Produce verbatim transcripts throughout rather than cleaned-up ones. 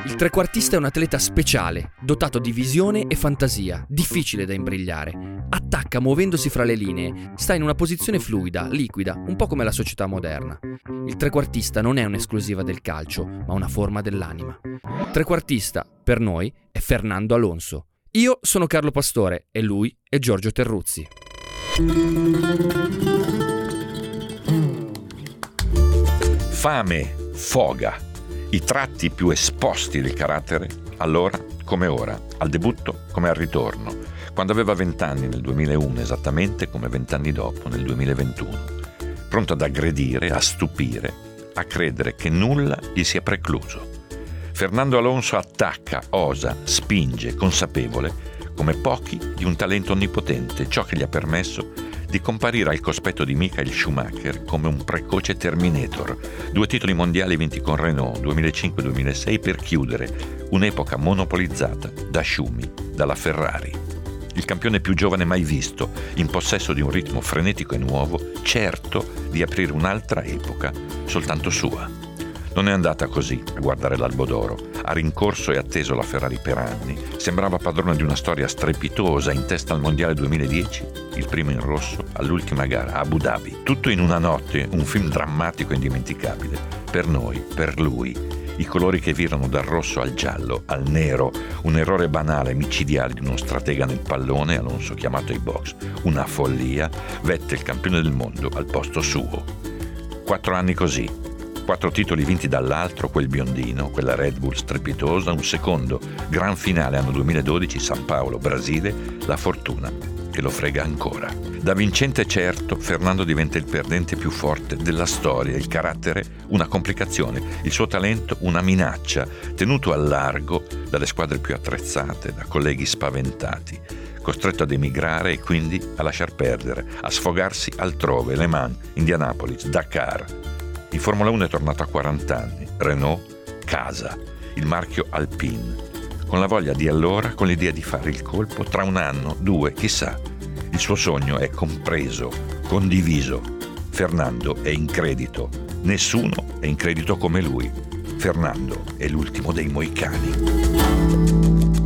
Il trequartista è un atleta speciale, dotato di visione e fantasia, difficile da imbrigliare. Attacca muovendosi fra le linee, sta in una posizione fluida, liquida, un po' come la società moderna. Il trequartista non è un'esclusiva del calcio, ma una forma dell'anima. Trequartista, per noi, è Fernando Alonso. Io sono Carlo Pastore e lui è Giorgio Terruzzi. Fame, foga, i tratti più esposti del carattere, allora come ora, al debutto come al ritorno, quando aveva vent'anni nel duemilauno, esattamente come vent'anni dopo, nel duemilaventuno, pronto ad aggredire, a stupire, a credere che nulla gli sia precluso. Fernando Alonso attacca, osa, spinge, consapevole, come pochi, di un talento onnipotente, ciò che gli ha permesso di comparire al cospetto di Michael Schumacher come un precoce Terminator, due titoli mondiali vinti con Renault duemilacinque duemilasei per chiudere un'epoca monopolizzata da Schumi, dalla Ferrari. Il campione più giovane mai visto, in possesso di un ritmo frenetico e nuovo, certo di aprire un'altra epoca soltanto sua. Non è andata così a guardare l'Albo d'Oro. Ha rincorso e atteso la Ferrari per anni. Sembrava padrone di una storia strepitosa, in testa al Mondiale duemiladieci, il primo in rosso, all'ultima gara, a Abu Dhabi. Tutto in una notte, un film drammatico e indimenticabile. Per noi, per lui, i colori che virano dal rosso al giallo, al nero, un errore banale, micidiale di uno stratega nel pallone, Alonso chiamato ai box. Una follia, Vettel campione del mondo al posto suo. Quattro anni così. Quattro titoli vinti dall'altro, quel biondino, quella Red Bull strepitosa, un secondo gran finale anno duemiladodici, San Paolo, Brasile, la fortuna che lo frega ancora. Da vincente certo, Fernando diventa il perdente più forte della storia, il carattere una complicazione, il suo talento una minaccia, tenuto al largo dalle squadre più attrezzate, da colleghi spaventati, costretto ad emigrare e quindi a lasciar perdere, a sfogarsi altrove, Le Mans, Indianapolis, Dakar. In Formula uno è tornato a quaranta anni, Renault, casa, il marchio Alpine, con la voglia di allora, con l'idea di fare il colpo tra un anno, due, chissà. Il suo sogno è compreso, condiviso. Fernando è in credito, nessuno è in credito come lui. Fernando è l'ultimo dei moicani.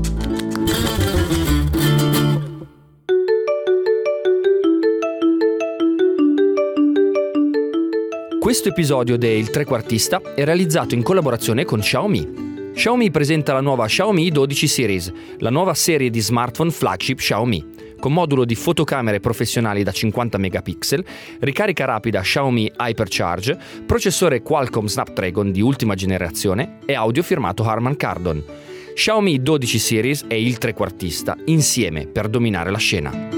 Questo episodio de Il Trequartista è realizzato in collaborazione con Xiaomi. Xiaomi presenta la nuova Xiaomi dodici Series, la nuova serie di smartphone flagship Xiaomi, con modulo di fotocamere professionali da cinquanta megapixel, ricarica rapida Xiaomi Hypercharge, processore Qualcomm Snapdragon di ultima generazione e audio firmato Harman Kardon. Xiaomi dodici Series e il Trequartista insieme per dominare la scena.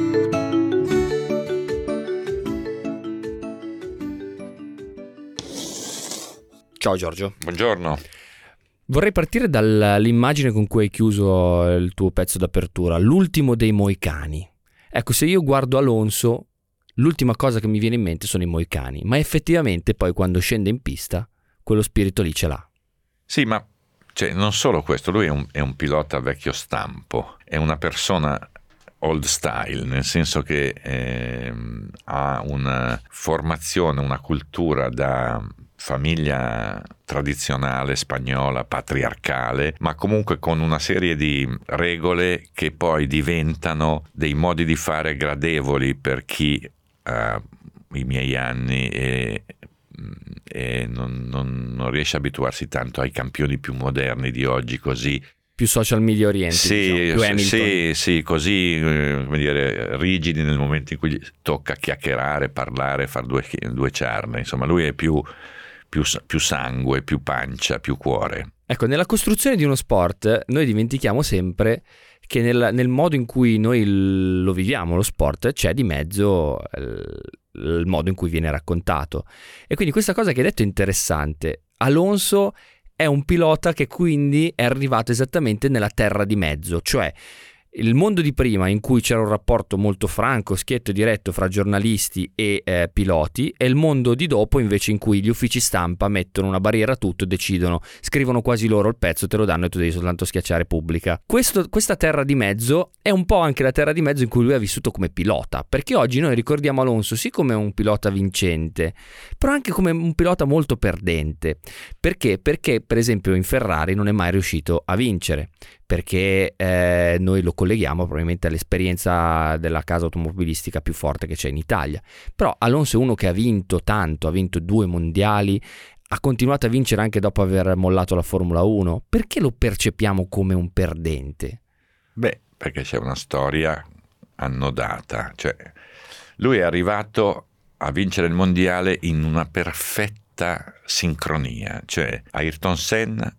Ciao Giorgio. Buongiorno. Vorrei partire dall'immagine con cui hai chiuso il tuo pezzo d'apertura, l'ultimo dei moicani. Ecco, se io guardo Alonso, l'ultima cosa che mi viene in mente sono i moicani, ma effettivamente poi quando scende in pista, quello spirito lì ce l'ha. Sì, ma cioè, non solo questo, lui è un, è un pilota vecchio stampo, è una persona old style, nel senso che eh, ha una formazione, una cultura da famiglia tradizionale spagnola, patriarcale, ma comunque con una serie di regole che poi diventano dei modi di fare gradevoli per chi ha i miei anni e, e non, non, non riesce a abituarsi tanto ai campioni più moderni di oggi, così più social media orienti, sì, diciamo, più Hamilton. Sì, sì, così come dire, rigidi nel momento in cui gli tocca chiacchierare, parlare, fare due, due ciarne. Insomma, lui è più Più, più sangue, più pancia, più cuore. Ecco, nella costruzione di uno sport noi dimentichiamo sempre che nel, nel modo in cui noi lo viviamo, lo sport, c'è di mezzo il, il modo in cui viene raccontato. E quindi questa cosa che hai detto è interessante. Alonso è un pilota che quindi è arrivato esattamente nella terra di mezzo, cioè Il mondo di prima, in cui c'era un rapporto molto franco, schietto e diretto fra giornalisti e eh, piloti, e il mondo di dopo invece in cui gli uffici stampa mettono una barriera a tutto, decidono, scrivono quasi loro il pezzo, te lo danno e tu devi soltanto schiacciare pubblica. Questo, questa terra di mezzo è un po' anche la terra di mezzo in cui lui ha vissuto come pilota, perché oggi noi ricordiamo Alonso sì come un pilota vincente, però anche come un pilota molto perdente. Perché? Perché per esempio in Ferrari non è mai riuscito a vincere, perché eh, noi lo colleghiamo probabilmente all'esperienza della casa automobilistica più forte che c'è in Italia. Però Alonso è uno che ha vinto tanto, ha vinto due mondiali, ha continuato a vincere anche dopo aver mollato la Formula uno. Perché lo percepiamo come un perdente? Beh, perché c'è una storia annodata, cioè lui è arrivato a vincere il mondiale in una perfetta sincronia, cioè Ayrton Senna,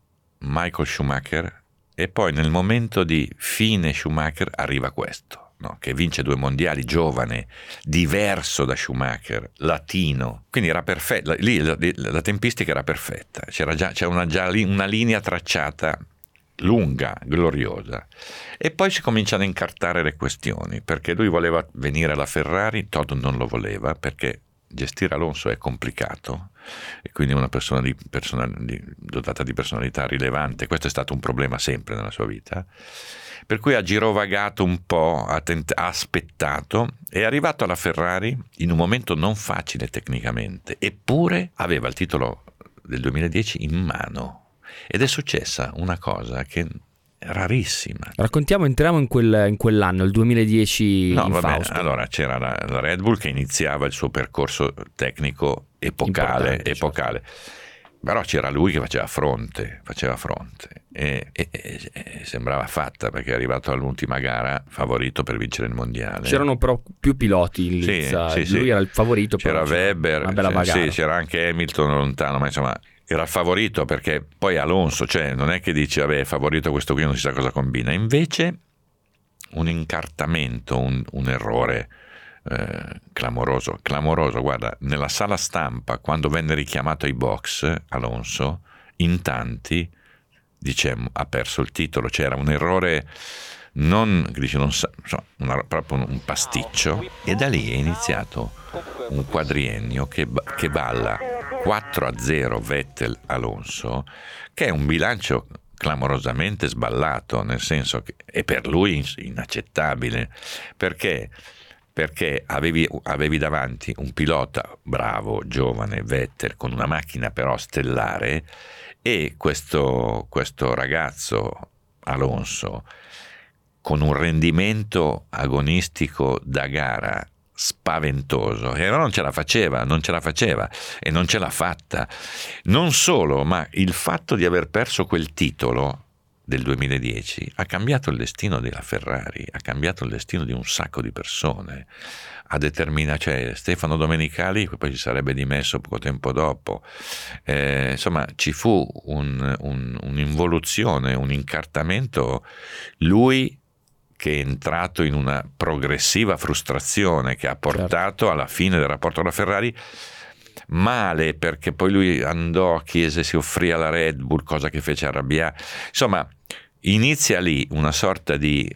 Michael Schumacher, e poi nel momento di fine Schumacher arriva questo, no? Che vince due mondiali, giovane, diverso da Schumacher, latino, quindi era perfetto, lì la, la tempistica era perfetta, c'era già, c'è una, già una linea tracciata lunga, gloriosa, e poi si cominciano a incartare le questioni, perché lui voleva venire alla Ferrari, Todd non lo voleva, perché gestire Alonso è complicato e quindi una persona, di, persona di, dotata di personalità rilevante, questo è stato un problema sempre nella sua vita, per cui ha girovagato un po', ha, tent- ha aspettato, è arrivato alla Ferrari in un momento non facile tecnicamente, eppure aveva il titolo del duemiladieci in mano, ed è successa una cosa che rarissima. Raccontiamo, entriamo in, quel, in quell'anno, il duemiladieci. No, in vabbè, Fausto. Allora, c'era la, la Red Bull che iniziava il suo percorso tecnico epocale, Importante, epocale. Certo. Però c'era lui che faceva fronte, faceva fronte e, e, e, e sembrava fatta, perché è arrivato all'ultima gara favorito per vincere il mondiale. C'erano però più piloti in lizza, sì, sì, lui sì. era il favorito. C'era però Weber, una bella sì, sì, c'era anche Hamilton lontano, ma insomma era il favorito, perché poi Alonso, cioè non è che dici vabbè, favorito questo qui non si sa cosa combina, invece un incartamento, un, un errore eh, clamoroso, clamoroso, guarda, nella sala stampa quando venne richiamato ai box Alonso, in tanti dicemmo ha perso il titolo, c'era un errore non, dice, non sa, insomma, una, proprio un pasticcio, e da lì è iniziato un quadriennio che, che balla quattro a zero Vettel Alonso, che è un bilancio clamorosamente sballato, nel senso che è per lui inaccettabile, perché perché avevi, avevi davanti un pilota bravo, giovane, Vettel, con una macchina però stellare, e questo, questo ragazzo Alonso con un rendimento agonistico da gara spaventoso, e allora non ce la faceva, non ce la faceva e non ce l'ha fatta. Non solo, ma il fatto di aver perso quel titolo del duemiladieci ha cambiato il destino della Ferrari, ha cambiato il destino di un sacco di persone, ha determinato, cioè Stefano Domenicali, che poi si sarebbe dimesso poco tempo dopo, eh, insomma ci fu un, un, un'involuzione, un incartamento, lui che è entrato in una progressiva frustrazione che ha portato certo. alla fine del rapporto con la Ferrari, male, perché poi lui andò, chiese, si offrì alla Red Bull, cosa che fece arrabbiare, insomma inizia lì una sorta di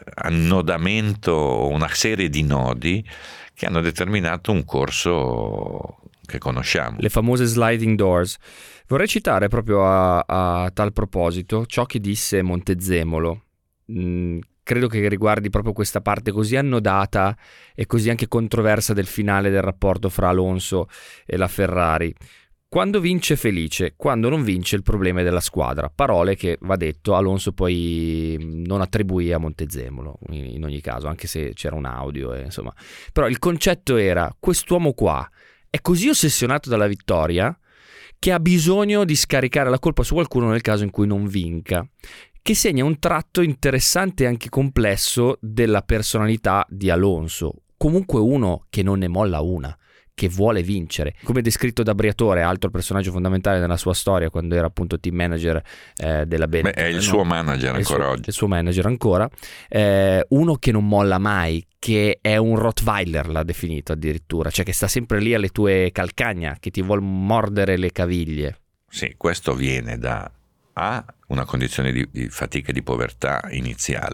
annodamento, una serie di nodi che hanno determinato un corso che conosciamo. Le famose sliding doors. Vorrei citare proprio a, a tal proposito ciò che disse Montezemolo. Mm, credo che riguardi proprio questa parte così annodata e così anche controversa del finale del rapporto fra Alonso e la Ferrari. Quando vince felice, quando non vince il problema è della squadra. Parole che, va detto, Alonso poi non attribuì a Montezemolo in, in ogni caso, anche se c'era un audio, eh, insomma. Però il concetto era: quest'uomo qua è così ossessionato dalla vittoria che ha bisogno di scaricare la colpa su qualcuno nel caso in cui non vinca, che segna un tratto interessante e anche complesso della personalità di Alonso. Comunque uno che non ne molla una, che vuole vincere, come descritto da Briatore, altro personaggio fondamentale nella sua storia quando era appunto team manager eh, della Benetton. Beh, è il no? suo manager ancora il suo, oggi. Il suo manager ancora. Eh, uno che non molla mai, che è un Rottweiler, l'ha definito addirittura, cioè che sta sempre lì alle tue calcagna, che ti vuol mordere le caviglie. Sì, questo viene da A, una condizione di, di fatica e di povertà iniziale,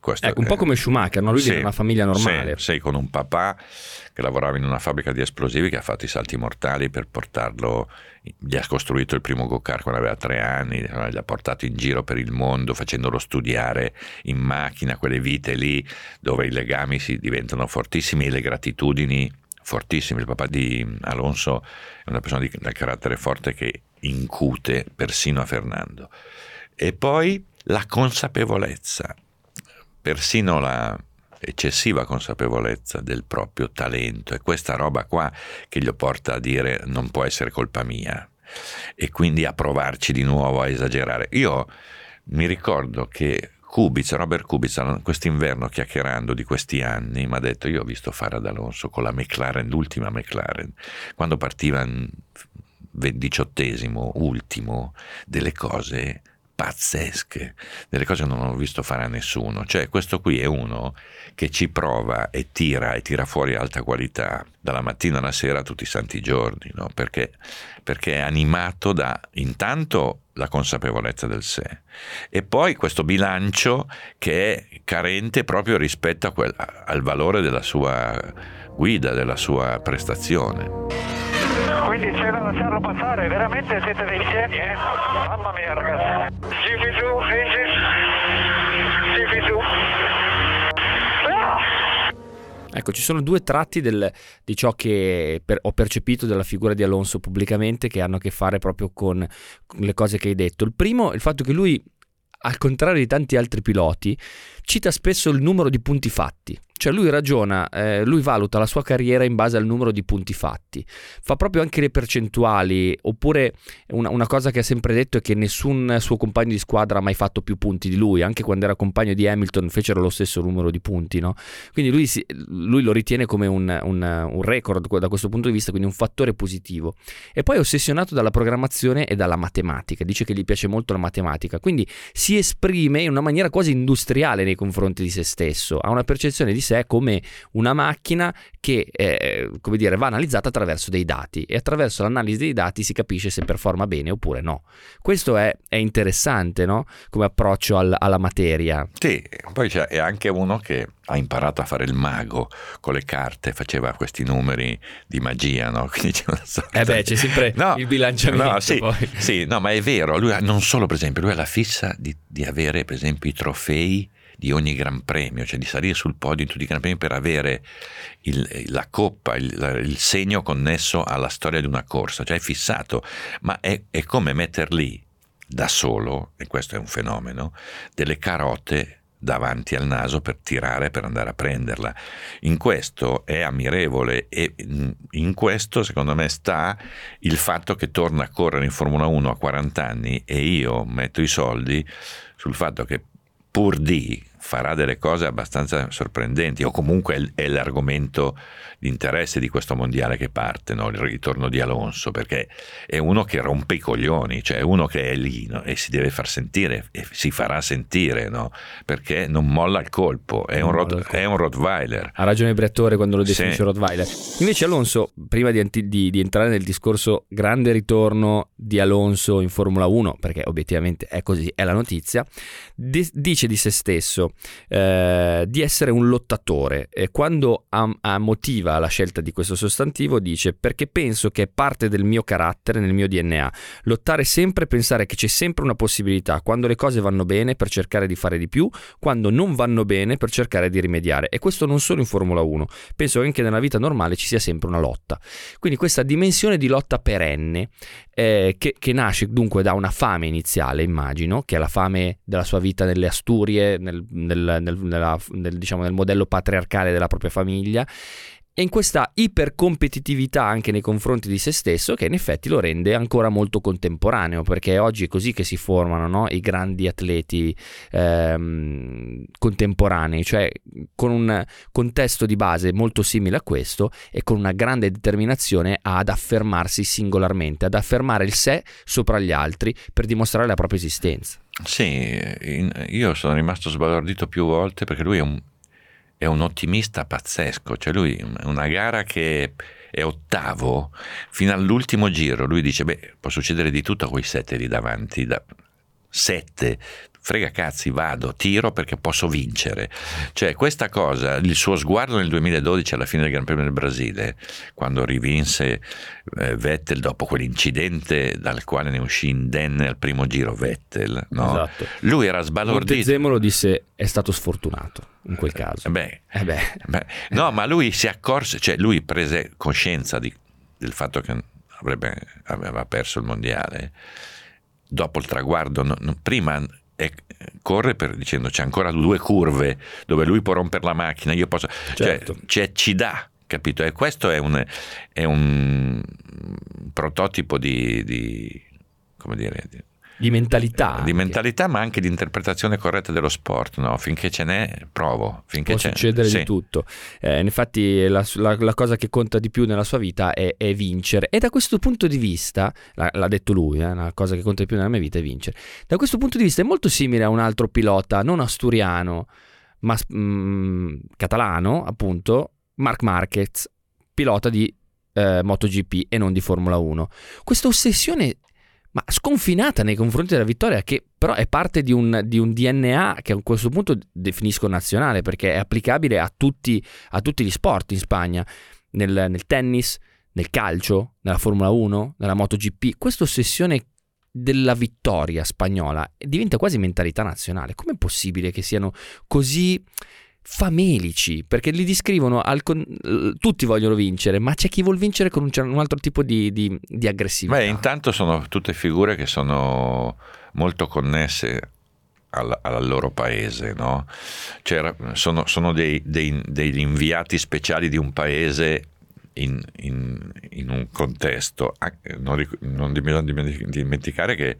questo ecco, un po' come Schumacher, no? Lui sì, viene da una famiglia normale. Sì, sì, con un papà che lavorava in una fabbrica di esplosivi, che ha fatto i salti mortali per portarlo, gli ha costruito il primo go-kart quando aveva tre anni, gli ha portato in giro per il mondo facendolo studiare in macchina, quelle vite lì dove i legami si diventano fortissimi e le gratitudini fortissime. Il papà di Alonso è una persona di, dal carattere forte che incute persino a Fernando. E poi la consapevolezza, persino la eccessiva consapevolezza del proprio talento, è questa roba qua che gli porta a dire non può essere colpa mia, e quindi a provarci di nuovo, a esagerare. Io mi ricordo che Kubica, Robert Kubica, quest'inverno, chiacchierando di questi anni, mi ha detto: io ho visto fare ad Alonso con la McLaren, l'ultima McLaren, quando partiva in diciottesimo, ultimo, delle cose pazzesche, delle cose che non ho visto fare a nessuno. Cioè, questo qui è uno che ci prova e tira e tira fuori alta qualità dalla mattina alla sera tutti i santi giorni, no? Perché, perché è animato da intanto la consapevolezza del sé e poi questo bilancio che è carente proprio rispetto a quel, al valore della sua guida, della sua prestazione. Quindi c'è da lasciarlo passare, veramente siete dei geni, eh? Mamma mia, ragazzi. Sì, su, sì, sì. Sì, su. Ah! Ecco, ci sono due tratti del, di ciò che per, ho percepito della figura di Alonso pubblicamente, che hanno a che fare proprio con, con le cose che hai detto. Il primo è il fatto che lui, al contrario di tanti altri piloti, cita spesso il numero di punti fatti. Cioè lui ragiona, eh, lui valuta la sua carriera in base al numero di punti fatti, fa proprio anche le percentuali. Oppure una, una cosa che ha sempre detto è che nessun suo compagno di squadra ha mai fatto più punti di lui, anche quando era compagno di Hamilton fecero lo stesso numero di punti, no? Quindi lui, si, lui lo ritiene come un, un, un record da questo punto di vista, quindi un fattore positivo. E poi è ossessionato dalla programmazione e dalla matematica, dice che gli piace molto la matematica, quindi si esprime in una maniera quasi industriale nei confronti di se stesso, ha una percezione di sé come una macchina che eh, come dire, va analizzata attraverso dei dati, e attraverso l'analisi dei dati si capisce se performa bene oppure no. Questo è, è interessante, no? Come approccio al, alla materia. Sì, poi c'è, è anche uno che ha imparato a fare il mago con le carte, faceva questi numeri di magia, no? Quindi c'è una sorta eh beh, c'è sempre no, il bilanciamento. No, sì, poi. sì, no, ma è vero, lui ha, non solo, per esempio, lui ha la fissa di, di avere, per esempio, i trofei di ogni gran premio, cioè di salire sul podio in tutti i gran premi per avere il, la coppa, il, il segno connesso alla storia di una corsa, cioè è fissato, ma è, è come metter lì da solo, e questo è un fenomeno, delle carote davanti al naso per tirare, per andare a prenderla. In questo è ammirevole, e in questo secondo me sta il fatto che torna a correre in Formula uno a quaranta anni, e io metto i soldi sul fatto che pur di farà delle cose abbastanza sorprendenti, o comunque è, è l'argomento di interesse di questo mondiale che parte, no? Il ritorno di Alonso, perché è uno che rompe i coglioni, cioè è uno che è lì, no? E si deve far sentire, e si farà sentire, no? Perché non molla il colpo, è, un, rot- è un Rottweiler. Ha ragione il Briatore quando lo definisce sì. Rottweiler. Invece Alonso, prima di, di, di entrare nel discorso grande ritorno di Alonso in Formula uno, perché obiettivamente è così, è la notizia, di, dice di se stesso eh, di essere un lottatore, e quando ha, ha motiva la scelta di questo sostantivo dice: perché penso che è parte del mio carattere, nel mio D N A, lottare sempre, pensare che c'è sempre una possibilità, quando le cose vanno bene per cercare di fare di più, quando non vanno bene per cercare di rimediare. E questo non solo in Formula uno, penso che anche nella vita normale ci sia sempre una lotta, quindi questa dimensione di lotta perenne eh, che, che nasce dunque da una fame iniziale, immagino, che è la fame della sua vita nelle Asturie, nel, nel, nel, nella, nel, diciamo, nel modello patriarcale della propria famiglia, e in questa ipercompetitività anche nei confronti di se stesso, che in effetti lo rende ancora molto contemporaneo, perché oggi è così che si formano, no? I grandi atleti ehm, contemporanei, cioè con un contesto di base molto simile a questo, e con una grande determinazione ad affermarsi singolarmente, ad affermare il sé sopra gli altri per dimostrare la propria esistenza. Sì, io sono rimasto sbalordito più volte, perché lui è un è un ottimista pazzesco, cioè lui una gara che è ottavo fino all'ultimo giro, lui dice: beh, può succedere di tutto a quei sette lì davanti, da sette, frega cazzi, vado, tiro perché posso vincere. Cioè questa cosa, il suo sguardo nel duemiladodici alla fine del Gran Premio del Brasile, quando rivinse eh, Vettel dopo quell'incidente dal quale ne uscì indenne al primo giro Vettel, no? Esatto. Lui era sbalordito. Montezemolo disse è stato sfortunato in quel caso. Eh beh, eh beh. beh, no, ma lui si accorse, cioè lui prese coscienza di, del fatto che avrebbe, aveva perso il mondiale dopo il traguardo. No, no, prima è, corre per, dicendo c'è ancora due curve dove lui può rompere la macchina, io posso, certo. cioè, cioè ci dà, capito? E questo è un, è un prototipo di, di come dire, di, di mentalità, di mentalità, ma anche di interpretazione corretta dello sport, no? Finché ce n'è, provo. Finché può c'è, succedere sì. di tutto. Eh, infatti, la, la, la cosa che conta di più nella sua vita è, è vincere. E da questo punto di vista, l'ha, l'ha detto lui, eh, la cosa che conta di più nella mia vita è vincere. Da questo punto di vista è molto simile a un altro pilota, non asturiano, ma mh, catalano, appunto, Marc Marquez, pilota di eh, MotoGP e non di Formula uno. Questa ossessione, ma sconfinata nei confronti della vittoria, che però è parte di un, di un D N A che a questo punto definisco nazionale, perché è applicabile a tutti, a tutti gli sport in Spagna, nel, nel tennis, nel calcio, nella Formula uno, nella MotoGP. Questa ossessione della vittoria spagnola diventa quasi mentalità nazionale. Com'è possibile che siano così famelici? Perché li descrivono al con... tutti vogliono vincere, ma c'è chi vuol vincere con un, un altro tipo di, di, di aggressività. Beh, intanto sono tutte figure che sono molto connesse al, al loro paese, no? Cioè, sono, sono dei, dei, degli inviati speciali di un paese in, in, in un contesto. Non, non bisogna dimenticare che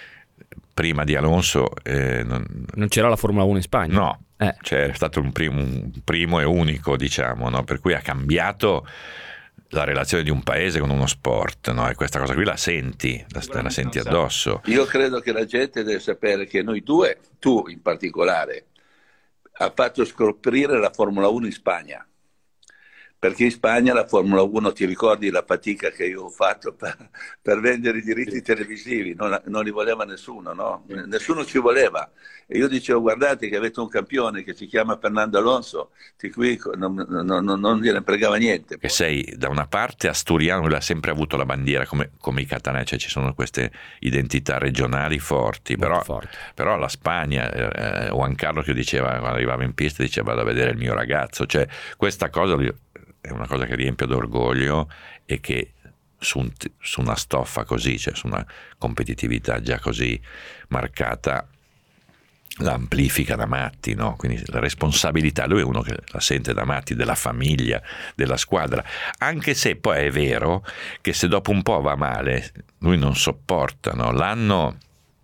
prima di Alonso eh, non, non c'era la Formula uno in Spagna. No, eh. cioè, è stato un primo, un primo e unico, diciamo, no? Per cui ha cambiato la relazione di un paese con uno sport, no? E questa cosa qui la senti, la, la senti addosso. Io credo che la gente deve sapere che noi due, tu in particolare, ha fatto scoprire la Formula uno in Spagna. Perché in Spagna la Formula uno, ti ricordi la fatica che io ho fatto per, per vendere i diritti televisivi? Non, non li voleva nessuno, no? Nessuno ci voleva. E io dicevo, guardate che avete un campione che si chiama Fernando Alonso, di cui non, non, non, non gliene fregava niente. Che sei da una parte asturiano, lui ha sempre avuto la bandiera come, come i catalani, cioè ci sono queste identità regionali forti, però, forti. però la Spagna, eh, Juan Carlo che diceva, quando arrivava in pista, diceva vado a vedere il mio ragazzo, cioè questa cosa lui, è una cosa che riempie d'orgoglio e che su, un, su una stoffa così, cioè su una competitività già così marcata, la amplifica da matti, no? Quindi la responsabilità, lui è uno che la sente da matti, della famiglia, della squadra, anche se poi è vero che se dopo un po' va male lui non sopporta, no? L'anno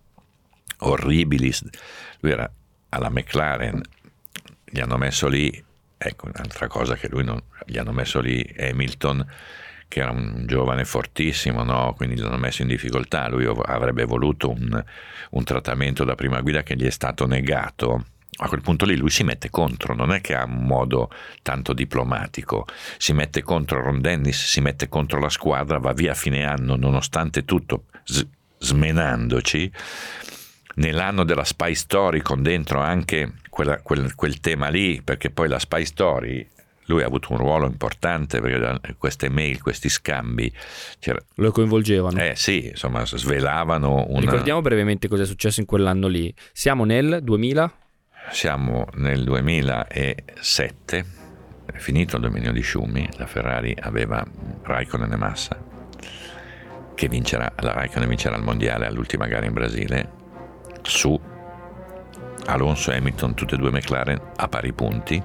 Horribilis, lui era alla McLaren, gli hanno messo lì, ecco un'altra cosa che lui non, gli hanno messo lì Hamilton, che era un giovane fortissimo, no? Quindi l'hanno messo in difficoltà, lui avrebbe voluto un, un trattamento da prima guida che gli è stato negato. A quel punto lì lui si mette contro, non è che ha un modo tanto diplomatico, si mette contro Ron Dennis, si mette contro la squadra, va via a fine anno nonostante tutto, s- smenandoci. Nell'anno della Spy Story, con dentro anche quella, quel, quel tema lì, perché poi la Spy Story, lui ha avuto un ruolo importante, perché queste mail, questi scambi lo coinvolgevano. Eh sì, insomma, svelavano una... Ricordiamo brevemente cosa è successo in quell'anno lì. Siamo nel duemila? Siamo nel duemilasette, è finito il dominio di Schumi, la Ferrari aveva Raikkonen e Massa, che vincerà, la Raikkonen vincerà il mondiale all'ultima gara in Brasile, su Alonso e Hamilton, tutte e due McLaren a pari punti,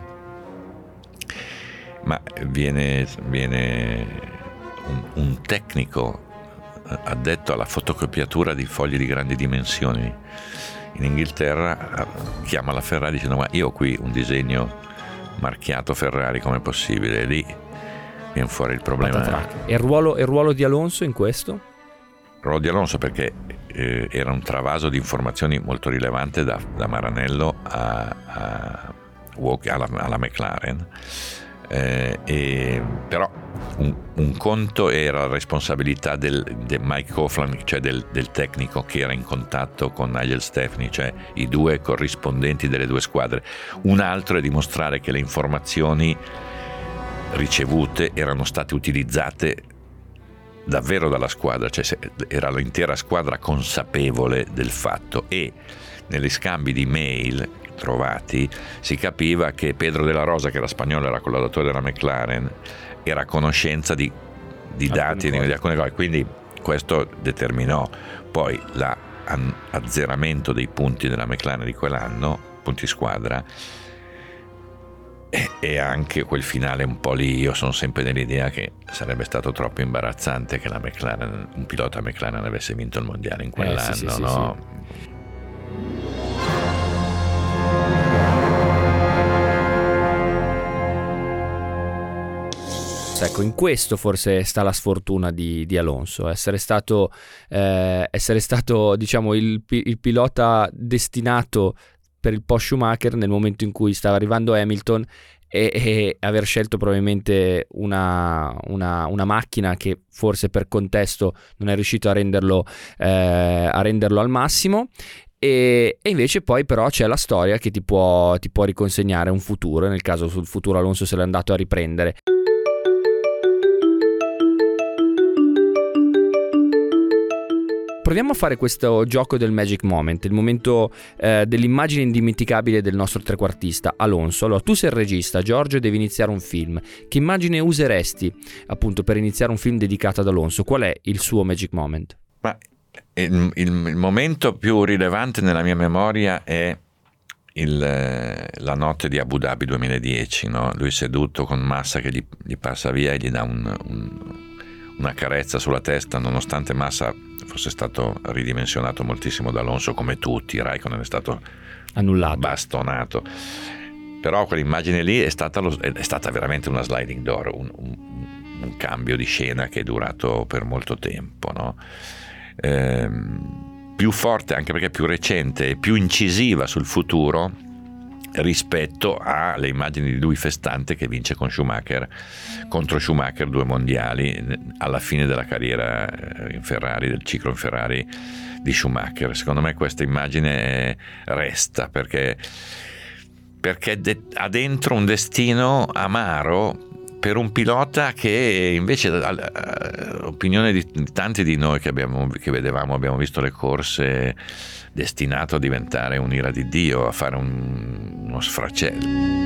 ma viene, viene un, un tecnico addetto alla fotocopiatura di fogli di grandi dimensioni in Inghilterra, chiama la Ferrari dicendo ma io ho qui un disegno marchiato Ferrari, com'è possibile? E lì viene fuori il problema. E il ruolo, il ruolo di Alonso in questo? Il ruolo di Alonso perché eh, era un travaso di informazioni molto rilevante da, da Maranello a, a Walker, alla, alla McLaren, eh, e, però un, un conto era la responsabilità del, del Mike Coughlin, cioè del, del tecnico che era in contatto con Nigel Stepney, cioè i due corrispondenti delle due squadre. Un altro è dimostrare che le informazioni ricevute erano state utilizzate davvero dalla squadra, cioè era l'intera squadra consapevole del fatto, e negli scambi di mail trovati si capiva che Pedro de la Rosa, che era spagnolo, era collaudatore della McLaren, era a conoscenza di, di dati, di, di alcune cose, quindi questo determinò poi l'azzeramento dei punti della McLaren di quell'anno, punti squadra, e, e anche quel finale un po' lì. Io sono sempre dell'idea che sarebbe stato troppo imbarazzante che la McLaren, un pilota McLaren avesse vinto il mondiale in quell'anno, eh, sì, sì, no? Sì, sì. Ecco, in questo forse sta la sfortuna di, di Alonso, essere stato, eh, essere stato diciamo il, il pilota destinato per il post Schumacher nel momento in cui stava arrivando Hamilton, e, e aver scelto probabilmente una, una, una macchina che forse per contesto non è riuscito a renderlo, eh, a renderlo al massimo. E, e invece poi però c'è la storia che ti può, ti può riconsegnare un futuro. Nel caso sul futuro Alonso se l'è andato a riprendere. Proviamo a fare questo gioco del Magic Moment, il momento eh, dell'immagine indimenticabile del nostro trequartista Alonso. Allora, tu sei il regista, Giorgio, devi iniziare un film. Che immagine useresti appunto per iniziare un film dedicato ad Alonso? Qual è il suo Magic Moment? Ma il, il, il momento più rilevante nella mia memoria è il, la notte di Abu Dhabi duemiladieci, no? Lui seduto con Massa che gli, gli passa via e gli dà un, un, una carezza sulla testa, nonostante Massa fosse stato ridimensionato moltissimo da Alonso, come tutti. Raikkonen è stato annullato, bastonato, però quell'immagine lì è stata, lo, è stata veramente una sliding door, un, un, un cambio di scena che è durato per molto tempo, no? Ehm, più forte anche perché più recente e più incisiva sul futuro rispetto alle immagini di lui festante che vince con Schumacher, contro Schumacher, due mondiali alla fine della carriera in Ferrari, del ciclo in Ferrari di Schumacher. Secondo me questa immagine resta perché, perché de- ha dentro un destino amaro per un pilota che invece, opinione di tanti di noi che, abbiamo, che vedevamo, abbiamo visto le corse, destinato a diventare un'ira di Dio, a fare un, uno sfracello.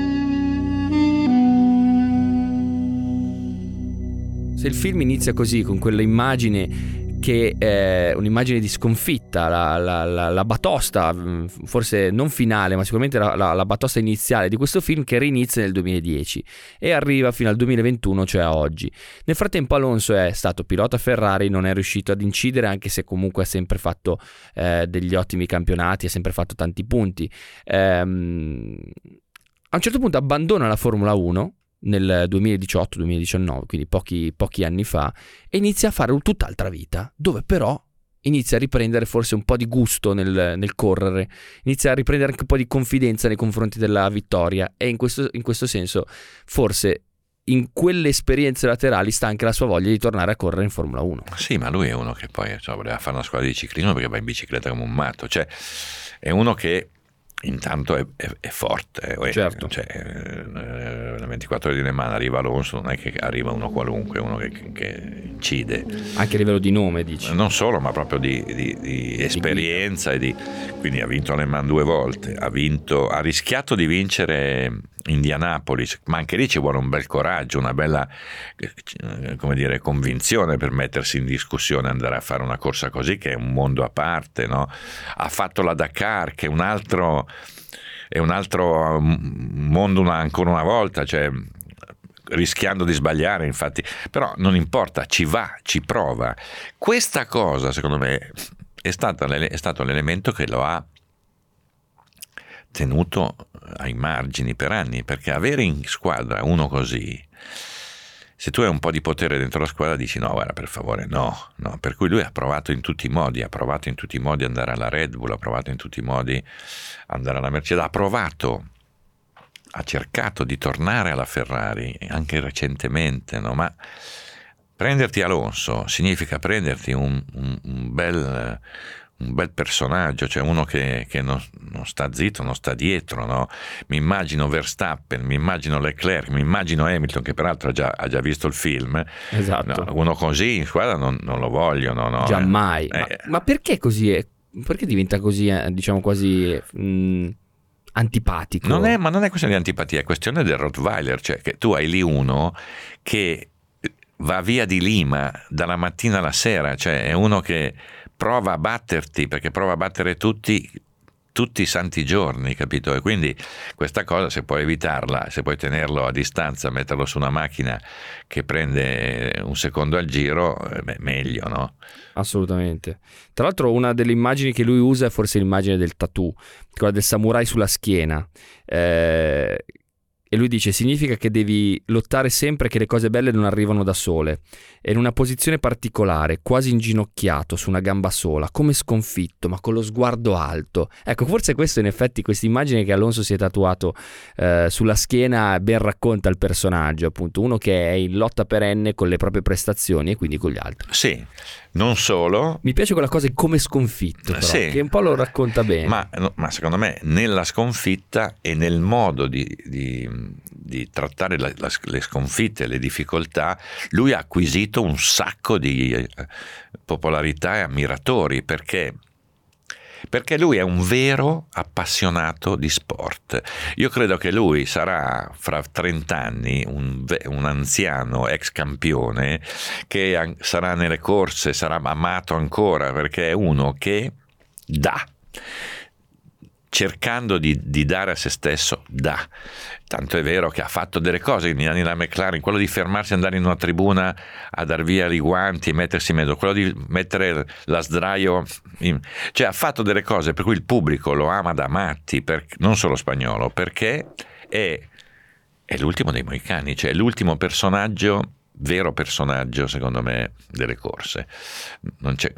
Se il film inizia così, con quella immagine che è un'immagine di sconfitta, la, la, la, la batosta, forse non finale, ma sicuramente la, la, la batosta iniziale di questo film, che rinizia nel duemiladieci e arriva fino al duemilaventuno, cioè a oggi. Nel frattempo Alonso è stato pilota Ferrari, non è riuscito ad incidere, anche se comunque ha sempre fatto eh, degli ottimi campionati, ha sempre fatto tanti punti. Ehm, a un certo punto abbandona la Formula uno nel duemiladiciotto duemiladiciannove, quindi pochi, pochi anni fa, e inizia a fare tutt'altra vita, dove però inizia a riprendere forse un po' di gusto nel, nel correre, inizia a riprendere anche un po' di confidenza nei confronti della vittoria, e in questo, in questo senso forse in quelle esperienze laterali sta anche la sua voglia di tornare a correre in Formula uno. Sì, ma lui è uno che poi cioè, voleva fare una squadra di ciclismo perché va in bicicletta come un matto, cioè è uno che intanto è, è, è forte, è, certo. Cioè, eh, ventiquattro ore di Le Mans arriva Alonso, non è che arriva uno qualunque, uno che, che incide anche a livello di nome, dici? Non solo, ma proprio di, di, di esperienza, e di, quindi ha vinto Le Mans due volte, ha vinto, ha rischiato di vincere Indianapolis, ma anche lì ci vuole un bel coraggio, una bella come dire convinzione per mettersi in discussione, andare a fare una corsa così, che è un mondo a parte, no? Ha fatto la Dakar, che è un altro è un altro mondo una, ancora una volta, cioè rischiando di sbagliare, infatti, però non importa, ci va, ci prova. Questa cosa secondo me è, stata, è stato l'elemento che lo ha tenuto ai margini per anni, perché avere in squadra uno così, se tu hai un po' di potere dentro la squadra dici no, guarda, per favore, no, no. Per cui lui ha provato in tutti i modi, ha provato in tutti i modi ad andare alla Red Bull, ha provato in tutti i modi ad andare alla Mercedes, ha provato ha cercato di tornare alla Ferrari anche recentemente, no? Ma prenderti Alonso significa prenderti un, un, un bel... un bel personaggio, cioè uno che, che non, non sta zitto, non sta dietro, no? Mi immagino Verstappen, mi immagino Leclerc, mi immagino Hamilton, che peraltro ha già, ha già visto il film. Esatto. No, uno così in squadra non, non lo vogliono, no? Giammai. Eh, ma, eh. ma perché così è? Perché diventa così, eh, diciamo quasi mh, antipatico? Non è, ma non è questione di antipatia, è questione del Rottweiler, cioè che tu hai lì uno che va via di Lima dalla mattina alla sera, cioè è uno che prova a batterti, perché prova a battere tutti tutti i santi giorni, capito? E quindi questa cosa, se puoi evitarla, se puoi tenerlo a distanza, metterlo su una macchina che prende un secondo al giro, beh, meglio, no? Assolutamente. Tra l'altro una delle immagini che lui usa è forse l'immagine del tattoo, quella del samurai sulla schiena, eh, e lui dice: significa che devi lottare sempre, che le cose belle non arrivano da sole, è in una posizione particolare, quasi inginocchiato su una gamba sola, come sconfitto, ma con lo sguardo alto. Ecco, forse questo, in effetti, questa immagine che Alonso si è tatuato eh, sulla schiena ben racconta il personaggio, appunto, uno che è in lotta perenne con le proprie prestazioni e quindi con gli altri. Sì, non solo. Mi piace quella cosa di come sconfitto, però, sì, che un po' lo racconta bene. Ma, ma secondo me nella sconfitta e nel modo di, di, di trattare la, la, le sconfitte, le difficoltà, lui ha acquisito un sacco di eh, popolarità e ammiratori, perché perché lui è un vero appassionato di sport. Io credo che lui sarà fra trent'anni un, un anziano ex campione che sarà nelle corse, sarà amato ancora, perché è uno che dà, cercando di, di dare a se stesso, dà. Tanto è vero che ha fatto delle cose negli anni della McLaren, quello di fermarsi, andare in una tribuna a dar via i guanti e mettersi in mezzo, quello di mettere la sdraio in... cioè ha fatto delle cose per cui il pubblico lo ama da matti, per... non solo spagnolo, perché è, è l'ultimo dei moicani, cioè è l'ultimo personaggio, vero personaggio secondo me, delle corse. Non c'è...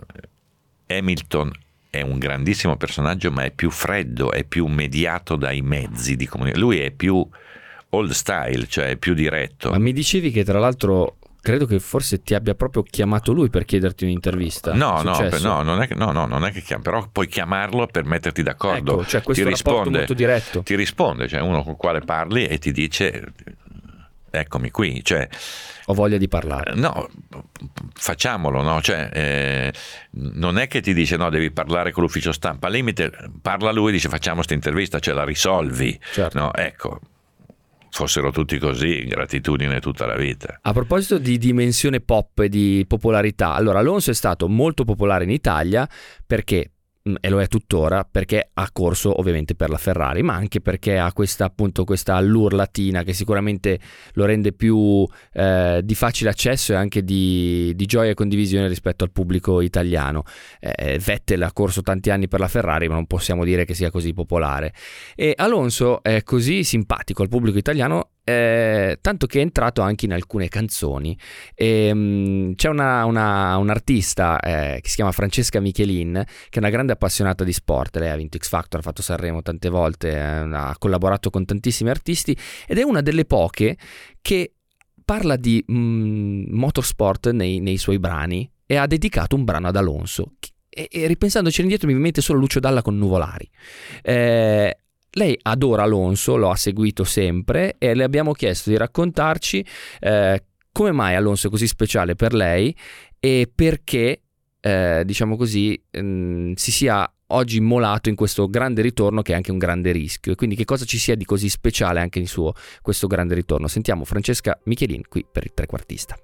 Hamilton è un grandissimo personaggio, ma è più freddo, è più mediato dai mezzi di comunicazione. Lui è più old style, cioè è più diretto. Ma mi dicevi che tra l'altro credo che forse ti abbia proprio chiamato lui per chiederti un'intervista. No, no, per, no, non è che, no, no, non è che chiama, però puoi chiamarlo per metterti d'accordo. Ecco, cioè questo ti rapporto risponde, molto diretto. Ti risponde, cioè uno con il quale parli e ti dice: eccomi qui, cioè ho voglia di parlare. No, facciamolo, no? Cioè, eh, non è che ti dice no, devi parlare con l'ufficio stampa, al limite parla lui e dice facciamo questa intervista, cioè la risolvi, certo. No? Ecco, fossero tutti così, gratitudine tutta la vita. A proposito di dimensione pop e di popolarità, allora Alonso è stato molto popolare in Italia perché, e lo è tuttora, perché ha corso ovviamente per la Ferrari, ma anche perché ha questa, appunto, questa allure latina che sicuramente lo rende più eh, di facile accesso e anche di, di gioia e condivisione rispetto al pubblico italiano. eh, Vettel ha corso tanti anni per la Ferrari, ma non possiamo dire che sia così popolare, e Alonso è così simpatico al pubblico italiano, Eh, tanto che è entrato anche in alcune canzoni. E, mh, c'è una, una, un'artista eh, che si chiama Francesca Michelin, che è una grande appassionata di sport. Lei ha vinto X Factor, ha fatto Sanremo tante volte, eh, ha collaborato con tantissimi artisti ed è una delle poche che parla di mh, motorsport nei, nei suoi brani, e ha dedicato un brano ad Alonso. E, e ripensandoci indietro mi viene in mente solo Lucio Dalla con Nuvolari. eh, Lei adora Alonso, lo ha seguito sempre e le abbiamo chiesto di raccontarci eh, come mai Alonso è così speciale per lei e perché, eh, diciamo così, mh, si sia oggi immolato in questo grande ritorno che è anche un grande rischio, e quindi che cosa ci sia di così speciale anche in suo questo grande ritorno. Sentiamo Francesca Michelin qui per il trequartista.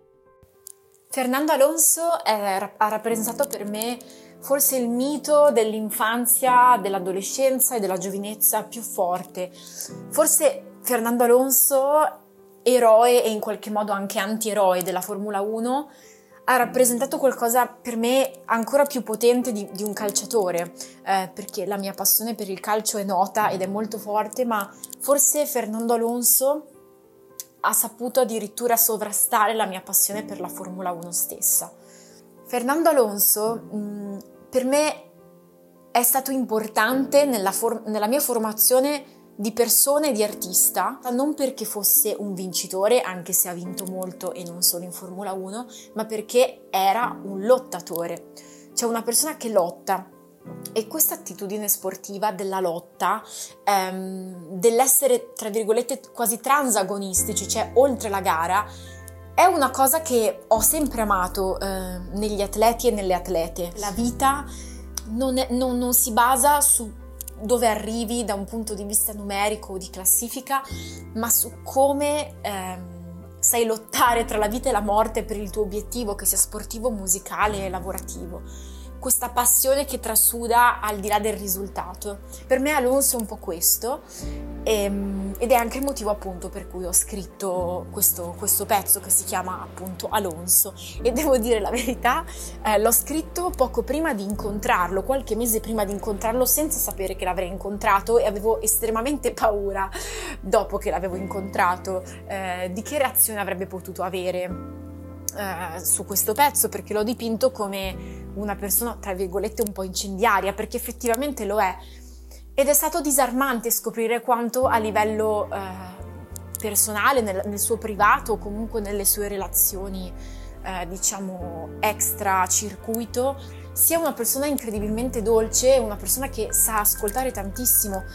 Fernando Alonso è, ha rappresentato per me forse il mito dell'infanzia, dell'adolescenza e della giovinezza più forte. Forse Fernando Alonso, eroe e in qualche modo anche antieroe della Formula uno, ha rappresentato qualcosa per me ancora più potente di, di un calciatore, eh, perché la mia passione per il calcio è nota ed è molto forte, ma forse Fernando Alonso ha saputo addirittura sovrastare la mia passione per la Formula uno stessa. Fernando Alonso mh, per me è stato importante nella, for- nella mia formazione di persona e di artista, non perché fosse un vincitore, anche se ha vinto molto e non solo in Formula uno, ma perché era un lottatore, cioè una persona che lotta. E questa attitudine sportiva della lotta, ehm, dell'essere tra virgolette quasi transagonistici, cioè oltre la gara, è una cosa che ho sempre amato eh, negli atleti e nelle atlete. La vita non, è, non, non si basa su dove arrivi da un punto di vista numerico o di classifica, ma su come ehm, sai lottare tra la vita e la morte per il tuo obiettivo, che sia sportivo, musicale e lavorativo. Questa passione che trasuda al di là del risultato. Per me Alonso è un po' questo, ehm, ed è anche il motivo appunto per cui ho scritto questo, questo pezzo che si chiama appunto Alonso. E devo dire la verità, eh, l'ho scritto poco prima di incontrarlo, qualche mese prima di incontrarlo, senza sapere che l'avrei incontrato, e avevo estremamente paura dopo che l'avevo incontrato eh, di che reazione avrebbe potuto avere Uh, su questo pezzo, perché l'ho dipinto come una persona tra virgolette un po' incendiaria, perché effettivamente lo è, ed è stato disarmante scoprire quanto a livello uh, personale, nel, nel suo privato o comunque nelle sue relazioni uh, diciamo extra circuito, sia una persona incredibilmente dolce, una persona che sa ascoltare tantissimo,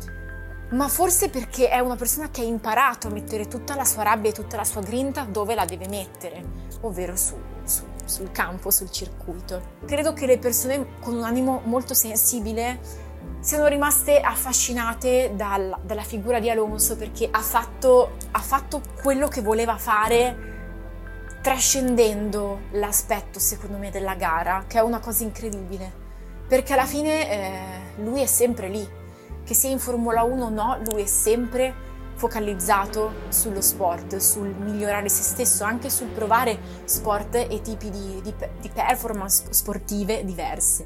ma forse perché è una persona che ha imparato a mettere tutta la sua rabbia e tutta la sua grinta dove la deve mettere, ovvero su, su, sul campo, sul circuito. Credo che le persone con un animo molto sensibile siano rimaste affascinate dal, dalla figura di Alonso, perché ha fatto, ha fatto quello che voleva fare, trascendendo l'aspetto, secondo me, della gara, che è una cosa incredibile, perché alla fine eh, lui è sempre lì. Che sia in Formula uno o no, lui è sempre focalizzato sullo sport, sul migliorare se stesso, anche sul provare sport e tipi di, di, di performance sportive diverse.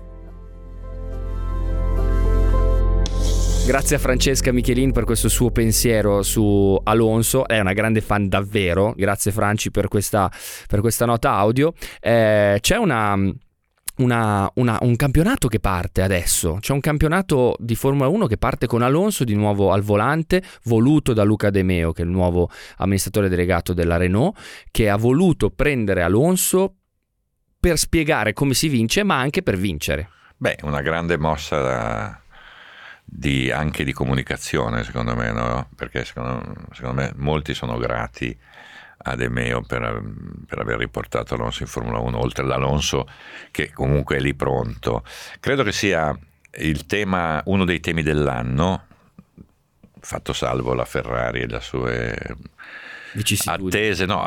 Grazie a Francesca Michelin per questo suo pensiero su Alonso, è una grande fan davvero, grazie Franci per questa, per questa nota audio. Eh, c'è una... Una, una, un campionato che parte adesso, c'è un campionato di Formula uno che parte con Alonso di nuovo al volante, voluto da Luca De Meo, che è il nuovo amministratore delegato della Renault, che ha voluto prendere Alonso per spiegare come si vince, ma anche per vincere. Beh, una grande mossa da, di, anche di comunicazione, secondo me, no? Perché secondo, secondo me molti sono grati a De Meo per, per aver riportato Alonso in Formula uno, oltre all'Alonso che comunque è lì pronto. Credo che sia il tema, uno dei temi dell'anno, fatto salvo la Ferrari e le sue attese, no,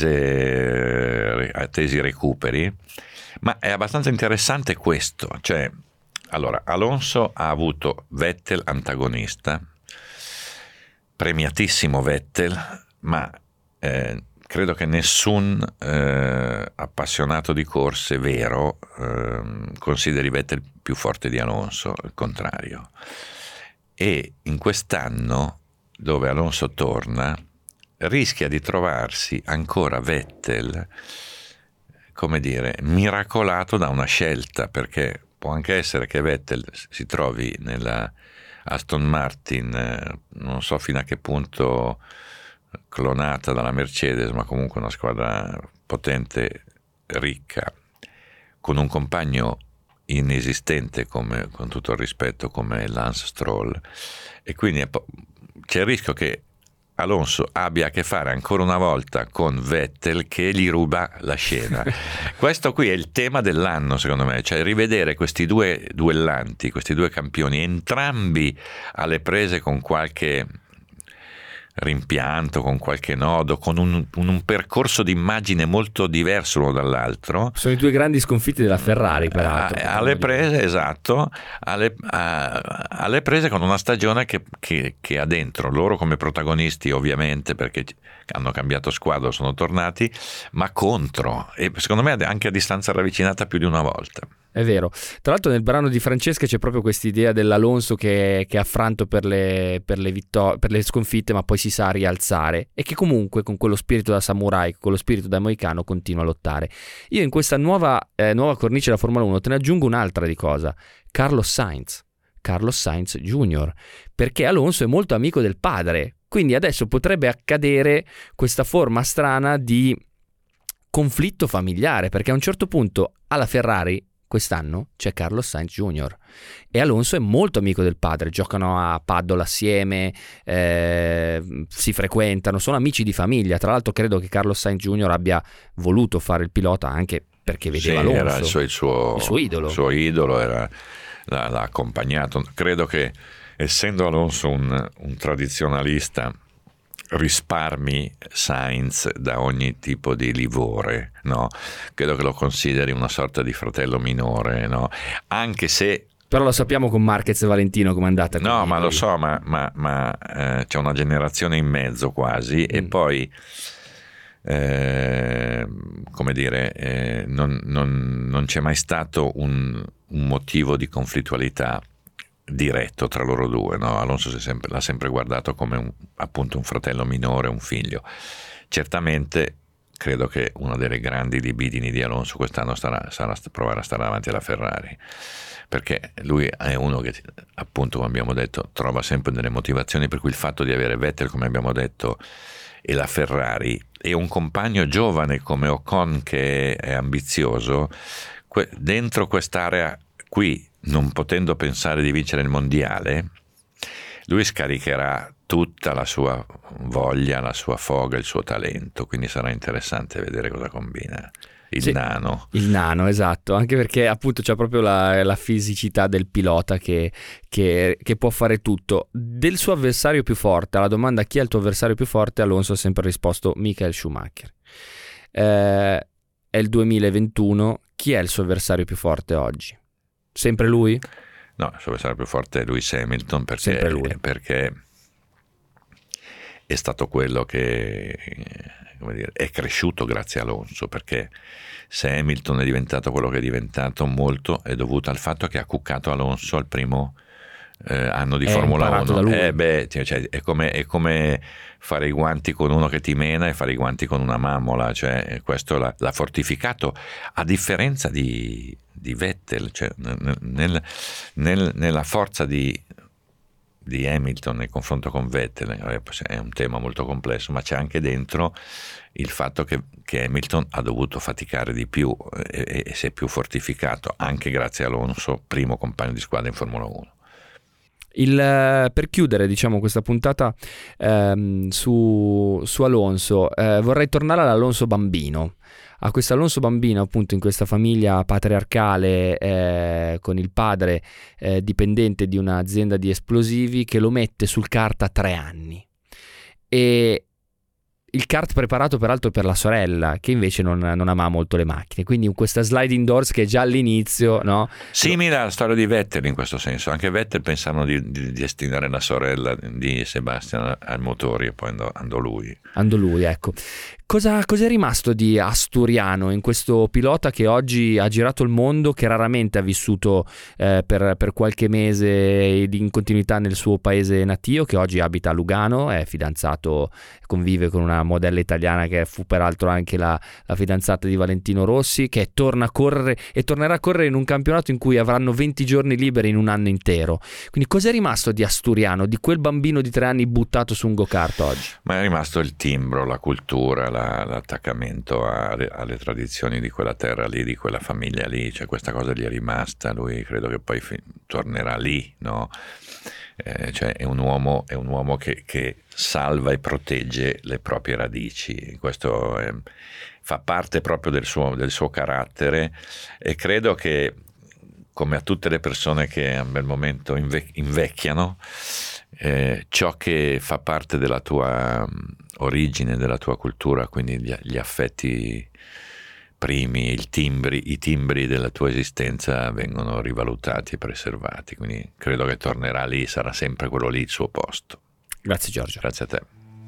attese, attesi recuperi, ma è abbastanza interessante questo, cioè, allora, Alonso ha avuto Vettel antagonista, premiatissimo Vettel, ma Eh, credo che nessun eh, appassionato di corse vero eh, consideri Vettel più forte di Alonso, il contrario. E in quest'anno, dove Alonso torna, rischia di trovarsi ancora Vettel, come dire, miracolato da una scelta, perché può anche essere che Vettel si trovi nella Aston Martin, eh, non so fino a che punto clonata dalla Mercedes, ma comunque una squadra potente, ricca, con un compagno inesistente, come, con tutto il rispetto, come Lance Stroll, e quindi c'è il rischio che Alonso abbia a che fare ancora una volta con Vettel che gli ruba la scena. Questo qui è il tema dell'anno, secondo me, cioè rivedere questi due duellanti, questi due campioni, entrambi alle prese con qualche rimpianto, con qualche nodo, con un, un percorso di immagine molto diverso l'uno dall'altro. Sono i due grandi sconfitti della Ferrari, peraltro. A, alle prese, esatto, alle, a, alle prese con una stagione che, che, che ha dentro loro come protagonisti, ovviamente, perché hanno cambiato squadra, sono tornati, ma contro, e secondo me anche a distanza ravvicinata più di una volta. È vero. Tra l'altro nel brano di Francesca c'è proprio questa idea dell'Alonso che, che è affranto per le, per, le vittor- per le sconfitte, ma poi si sa rialzare, e che comunque con quello spirito da samurai, con lo spirito da moicano continua a lottare. Io in questa nuova, eh, nuova cornice della Formula uno te ne aggiungo un'altra di cosa: Carlos Sainz. Carlos Sainz Junior, perché Alonso è molto amico del padre, quindi adesso potrebbe accadere questa forma strana di conflitto familiare, perché a un certo punto alla Ferrari quest'anno c'è Carlos Sainz Junior e Alonso è molto amico del padre, giocano a paddle assieme, eh, si frequentano, sono amici di famiglia. Tra l'altro credo che Carlos Sainz Junior abbia voluto fare il pilota anche perché vedeva sì, Alonso, era il suo, il suo, il suo idolo, il suo idolo era, l'ha, l'ha accompagnato. Credo che, essendo Alonso un, un tradizionalista, risparmi Sainz da ogni tipo di livore, no? Credo che lo consideri una sorta di fratello minore, no? Anche se però lo sappiamo con Marquez e Valentino come è andata. No, ma lo so, ma, ma, ma eh, c'è una generazione in mezzo quasi, mm. e poi eh, come dire, eh, non, non, non c'è mai stato un, un motivo di conflittualità diretto tra loro due, no? Alonso si è sempre, l'ha sempre guardato come un, appunto un fratello minore, un figlio. Certamente credo che una delle grandi libidini di Alonso quest'anno sarà, sarà provare a stare davanti alla Ferrari, perché lui è uno che, appunto, come abbiamo detto, trova sempre delle motivazioni, per cui il fatto di avere Vettel, come abbiamo detto, e la Ferrari e un compagno giovane come Ocon che è ambizioso, que- dentro quest'area qui, non potendo pensare di vincere il mondiale, lui scaricherà tutta la sua voglia, la sua foga, il suo talento, quindi sarà interessante vedere cosa combina il sì, nano. Il nano, esatto, anche perché appunto c'è proprio la, la fisicità del pilota che, che, che può fare tutto. Del suo avversario più forte, alla domanda chi è il tuo avversario più forte, Alonso ha sempre risposto Michael Schumacher. Eh, è il duemilaventuno, chi è il suo avversario più forte oggi? Sempre lui? No, il suo avversario più forte è Lewis Hamilton, perché, lui. perché è stato quello che, come dire, è cresciuto grazie a Alonso, perché se Hamilton è diventato quello che è diventato, molto è dovuto al fatto che ha cuccato Alonso al primo eh, anno di è Formula uno. Eh beh, cioè, è, come, è come fare i guanti con uno che ti mena e fare i guanti con una mammola, cioè questo l'ha, l'ha fortificato, a differenza di, di Vettel, cioè, nel, nel, nella forza di, di Hamilton nel confronto con Vettel è un tema molto complesso, ma c'è anche dentro il fatto che, che Hamilton ha dovuto faticare di più e, e si è più fortificato anche grazie a Alonso, primo compagno di squadra in Formula uno. Il, per chiudere, diciamo, questa puntata ehm, su, su Alonso, eh, vorrei tornare all'Alonso bambino, a questo Alonso bambino, appunto, in questa famiglia patriarcale eh, con il padre eh, dipendente di un'azienda di esplosivi, che lo mette sul kart a tre anni, e il kart preparato peraltro per la sorella, che invece non, non ama molto le macchine, quindi questa sliding doors che già all'inizio, no? Simile alla storia di Vettel in questo senso. Anche Vettel pensano di, di destinare la sorella di Sebastian ai motori e poi andò, andò lui. Andò lui, ecco. Cosa, cosa è rimasto di asturiano in questo pilota che oggi ha girato il mondo, che raramente ha vissuto eh, per, per qualche mese in continuità nel suo paese natio, che oggi abita a Lugano, è fidanzato, convive con una modella italiana che fu peraltro anche la, la fidanzata di Valentino Rossi, che torna a correre e tornerà a correre in un campionato in cui avranno venti giorni liberi in un anno intero. Quindi cos'è rimasto di asturiano, di quel bambino di tre anni buttato su un go-kart oggi? Ma è rimasto il timbro, la cultura, la, l'attaccamento a, alle tradizioni di quella terra lì, di quella famiglia lì, cioè questa cosa gli è rimasta. Lui credo che poi fi- tornerà lì, no? Eh, cioè è un uomo, è un uomo che, che salva e protegge le proprie radici. Questo è, fa parte proprio del suo, del suo carattere, e credo che, come a tutte le persone che a un bel momento inve- invecchiano, eh, ciò che fa parte della tua origine, della tua cultura, quindi gli, gli affetti primi, il timbri, i timbri della tua esistenza vengono rivalutati e preservati, quindi credo che tornerà lì, sarà sempre quello lì il suo posto. Grazie Giorgio. Grazie a te.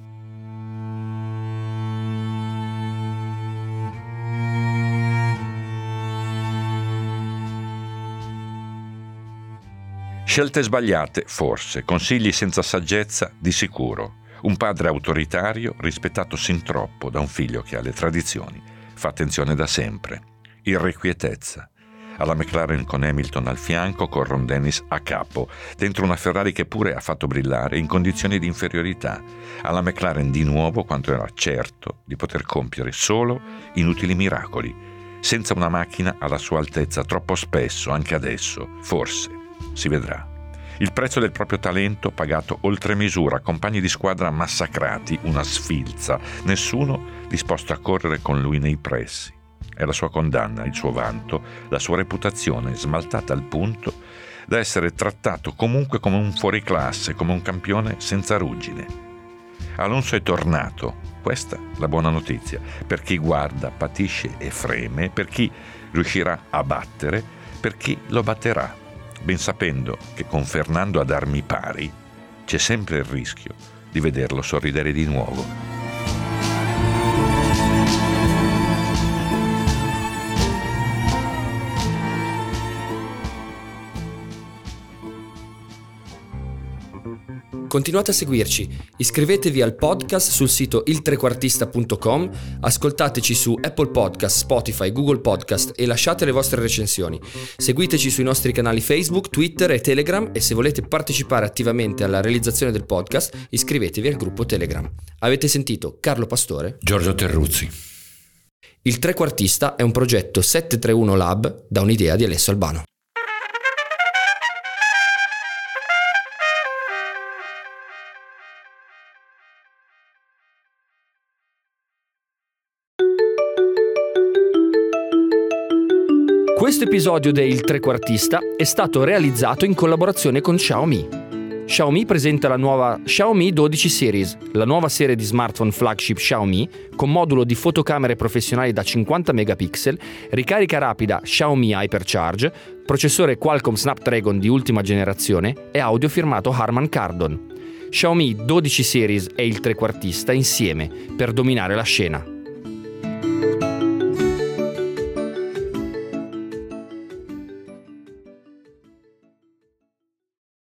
Scelte sbagliate, forse, consigli senza saggezza, di sicuro. Un padre autoritario, rispettato sin troppo da un figlio che ha le tradizioni, fa attenzione da sempre. Irrequietezza. alla McLaren con Hamilton al fianco, con Ron Dennis a capo, dentro una Ferrari che pure ha fatto brillare in condizioni di inferiorità, alla McLaren di nuovo quando era certo di poter compiere solo inutili miracoli, senza una macchina alla sua altezza troppo spesso, anche adesso, forse, si vedrà. Il prezzo del proprio talento pagato oltre misura, compagni di squadra massacrati, una sfilza, nessuno disposto a correre con lui nei pressi. È la sua condanna, il suo vanto, la sua reputazione smaltata al punto da essere trattato comunque come un fuoriclasse, come un campione senza ruggine. Alonso è tornato, questa è la buona notizia, per chi guarda, patisce e freme, per chi riuscirà a battere, per chi lo batterà, ben sapendo che con Fernando ad armi pari c'è sempre il rischio di vederlo sorridere di nuovo. Continuate a seguirci, iscrivetevi al podcast sul sito il trequartista punto com, ascoltateci su Apple Podcast, Spotify, Google Podcast e lasciate le vostre recensioni. Seguiteci sui nostri canali Facebook, Twitter e Telegram e se volete partecipare attivamente alla realizzazione del podcast iscrivetevi al gruppo Telegram. Avete sentito Carlo Pastore? Giorgio Terruzzi. Il Trequartista è un progetto settecentotrentaduno Lab da un'idea di Alessio Albano. Questo episodio de Il Trequartista è stato realizzato in collaborazione con Xiaomi. Xiaomi presenta la nuova Xiaomi dodici Series, la nuova serie di smartphone flagship Xiaomi con modulo di fotocamere professionali da cinquanta megapixel, ricarica rapida Xiaomi Hypercharge, processore Qualcomm Snapdragon di ultima generazione e audio firmato Harman Kardon. Xiaomi dodici Series e il Trequartista insieme per dominare la scena.